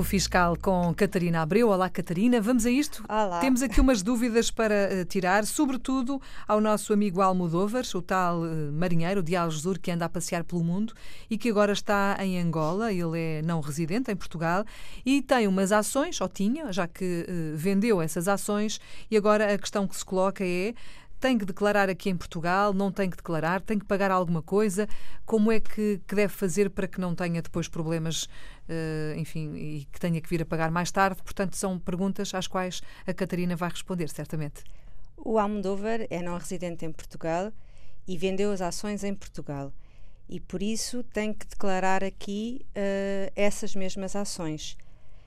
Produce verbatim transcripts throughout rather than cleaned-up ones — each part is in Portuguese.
Fiscal com Catarina Abreu. Olá, Catarina. Vamos a isto? Olá. Temos aqui umas dúvidas para uh, tirar, sobretudo ao nosso amigo Almodóvar, o tal uh, marinheiro de Algesur que anda a passear pelo mundo e que agora está em Angola. Ele é não residente em Portugal e tem umas ações, ou tinha, já que uh, vendeu essas ações, e agora a questão que se coloca é: tem que declarar aqui em Portugal, não tem que declarar, tem que pagar alguma coisa? Como é que, que deve fazer para que não tenha depois problemas, uh, enfim, e que tenha que vir a pagar mais tarde? Portanto, são perguntas às quais a Catarina vai responder, certamente. O Almodóvar é não residente em Portugal e vendeu as ações em Portugal. E por isso tem que declarar aqui uh, essas mesmas ações.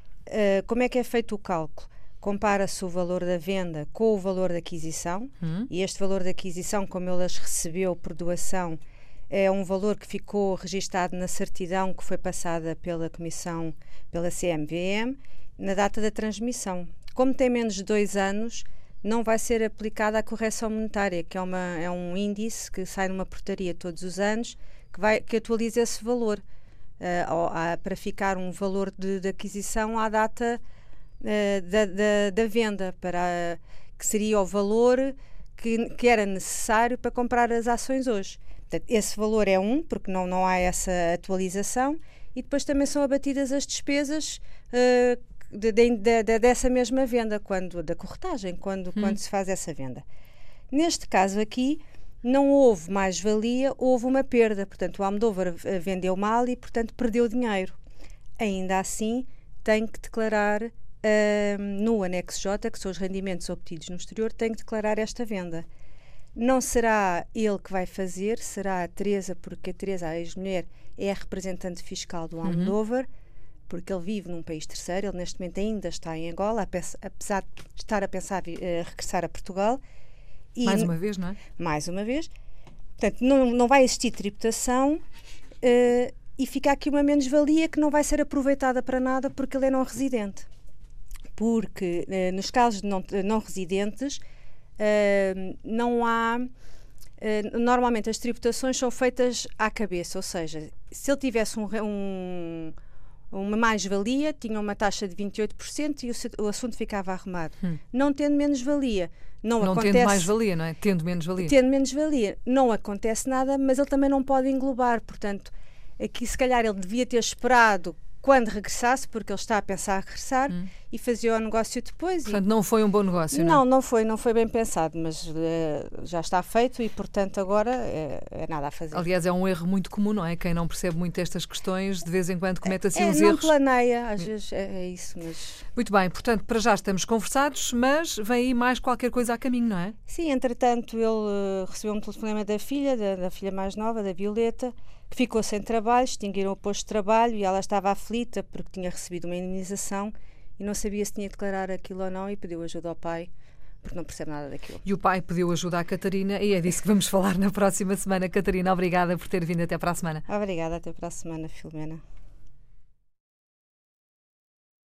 Uh, como é que é feito o cálculo? Compara-se o valor da venda com o valor da aquisição, hum. e este valor da aquisição, como ele as recebeu por doação, é um valor que ficou registado na certidão que foi passada pela Comissão, pela C M V M, na data da transmissão. Como tem menos de dois anos, não vai ser aplicada a correção monetária, que é, uma, é um índice que sai numa portaria todos os anos, que, vai, que atualiza esse valor, uh, ou, uh, para ficar um valor de, de aquisição à data Uh, da, da, da venda, para, que seria o valor que, que era necessário para comprar as ações hoje. Portanto, esse valor é um, porque não, não há essa atualização, e depois também são abatidas as despesas uh, de, de, de, de, dessa mesma venda, quando, da corretagem, quando, hum. quando se faz essa venda. Neste caso aqui, não houve mais-valia, houve uma perda. Portanto, o Almodóvar vendeu mal e, portanto, perdeu dinheiro. Ainda assim, tem que declarar Uh, no anexo J, que são os rendimentos obtidos no exterior, tem que declarar esta venda. Não será ele que vai fazer, será a Teresa, porque a Teresa, a ex-mulher, é a representante fiscal do Almodóvar, uhum. porque ele vive num país terceiro, ele neste momento ainda está em Angola, apesar de estar a pensar em uh, regressar a Portugal. E, mais uma vez, não é? Mais uma vez. Portanto, não, não vai existir tributação uh, e fica aqui uma menos-valia que não vai ser aproveitada para nada porque ele é não residente. Porque uh, nos casos de não, não residentes uh, não há uh, normalmente as tributações são feitas à cabeça, ou seja, se ele tivesse um, um, uma mais-valia, tinha uma taxa de vinte e oito por cento e o, o assunto ficava arrumado. Hum. Não tendo menos-valia, não, não acontece... tendo mais-valia, não é? Tendo menos-valia. Tendo menos-valia, não acontece nada, mas ele também não pode englobar, portanto, aqui se calhar ele devia ter esperado quando regressasse, porque ele está a pensar a regressar, hum. e fazia o negócio depois. Portanto, e... não foi um bom negócio, não? Não, não foi, não foi bem pensado, mas uh, já está feito e, portanto, agora é, é nada a fazer. Aliás, é um erro muito comum, não é? Quem não percebe muito estas questões, de vez em quando comete assim é, uns não erros. Não planeia, às vezes é, é isso, mas... Muito bem, portanto, para já estamos conversados, mas vem aí mais qualquer coisa a caminho, não é? Sim, entretanto, ele uh, recebeu um telefonema da filha, da, da filha mais nova, da Violeta, que ficou sem trabalho, extinguiram o posto de trabalho e ela estava aflita porque tinha recebido uma indenização e não sabia se tinha de declarar aquilo ou não e pediu ajuda ao pai, porque não percebe nada daquilo. E o pai pediu ajuda à Catarina e é disso que vamos falar na próxima semana. Catarina, obrigada por ter vindo. Até para a semana. Obrigada, até para a semana, Filomena.